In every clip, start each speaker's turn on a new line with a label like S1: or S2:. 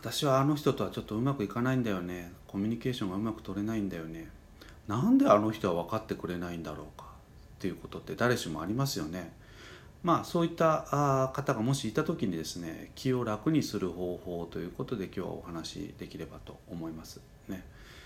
S1: 私はあの人とはちょっとうまくいかないんだよね、コミュニケーションがうまく取れないんだよね、なんであの人は分かってくれないんだろうかっていうことって誰しもありますよね。そういった方がもしいた時にですね、気を楽にする方法ということで今日はお話しできればと思いますね。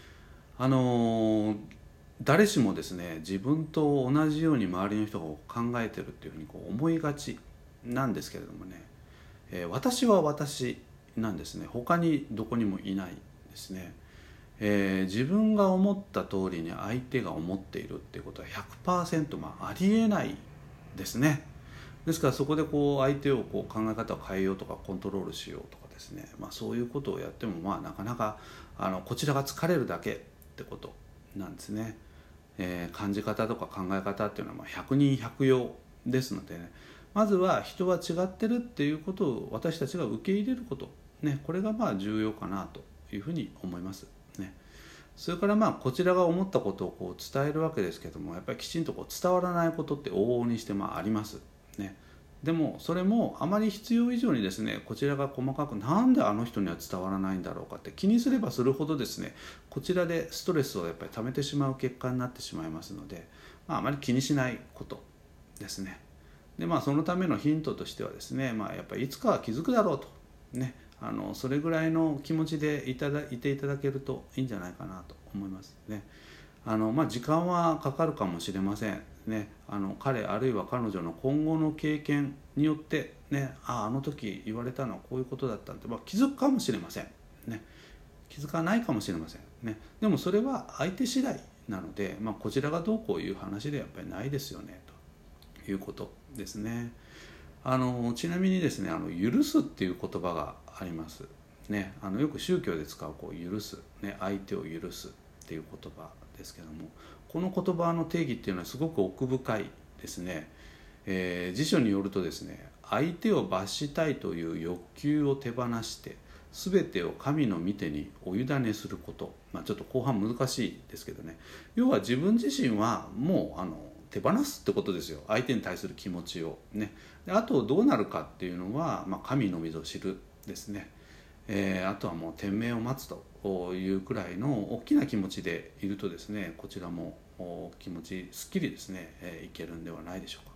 S1: 誰しもですね、自分と同じように周りの人が考えてるっていうふうに思いがちなんですけれどもね、私は私なんですね。他にどこにもいないですね。自分が思った通りに相手が思っているっていうことは 100% ありえないですね。ですからそこで相手を考え方を変えようとかコントロールしようとかですね、そういうことをやってもなかなかこちらが疲れるだけってことなんですね。感じ方とか考え方っていうのは百人百様ですのでね、まずは人は違ってるっていうことを私たちが受け入れること、ね、これが重要かなというふうに思いますね。それからこちらが思ったことを伝えるわけですけども、やっぱりきちんと伝わらないことって往々にしてありますね。でもそれもあまり必要以上にですね、こちらが細かくなんであの人には伝わらないんだろうかって気にすればするほどですね、こちらでストレスをやっぱり溜めてしまう結果になってしまいますので、あまり気にしないことですね。でそのためのヒントとしてはですね、やっぱりいつかは気づくだろうとね、それぐらいの気持ちでいていただけるといいんじゃないかなと思いますね。時間はかかるかもしれませんね。彼あるいは彼女の今後の経験によってね、あの時言われたのはこういうことだったんで、気づくかもしれませんね。気づかないかもしれませんね。でもそれは相手次第なので、こちらがどうこういう話でやっぱりないですよねということですね。ちなみにですね、許すっていう言葉がありますね。よく宗教で使う許す、ね、相手を許すっていう言葉ですけども、この言葉の定義っていうのはすごく奥深いですね。辞書によるとですね、相手を罰したいという欲求を手放して全てを神の御手にお委ねすること、ちょっと後半難しいですけどね、要は自分自身はもう手放すってことですよ、相手に対する気持ちをね。であとどうなるかっていうのは、神のみぞ知るですね。あとはもう天命を待つというくらいの大きな気持ちでいるとですね、こちらも気持ちすっきりですね、いけるんではないでしょうか。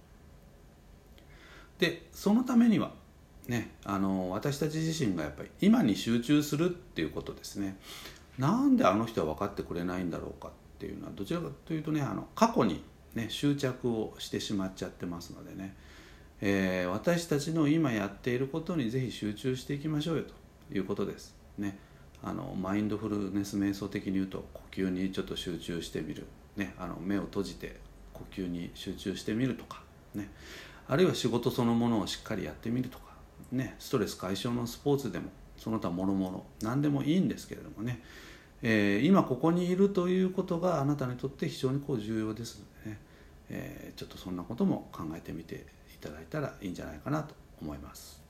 S1: でそのためにはね、私たち自身がやっぱり今に集中するっていうことですね。なんであの人は分かってくれないんだろうかっていうのはどちらかというとね、過去にね執着をしてしまっちゃってますのでね、私たちの今やっていることにぜひ集中していきましょうよということですね。マインドフルネス瞑想的に言うと呼吸にちょっと集中してみる、ね、目を閉じて呼吸に集中してみるとかね、あるいは仕事そのものをしっかりやってみるとかね、ストレス解消のスポーツでもその他諸々何でもいいんですけれどもね、今ここにいるということがあなたにとって非常に重要ですのでね、ちょっとそんなことも考えてみていただいたらいいんじゃないかなと思います。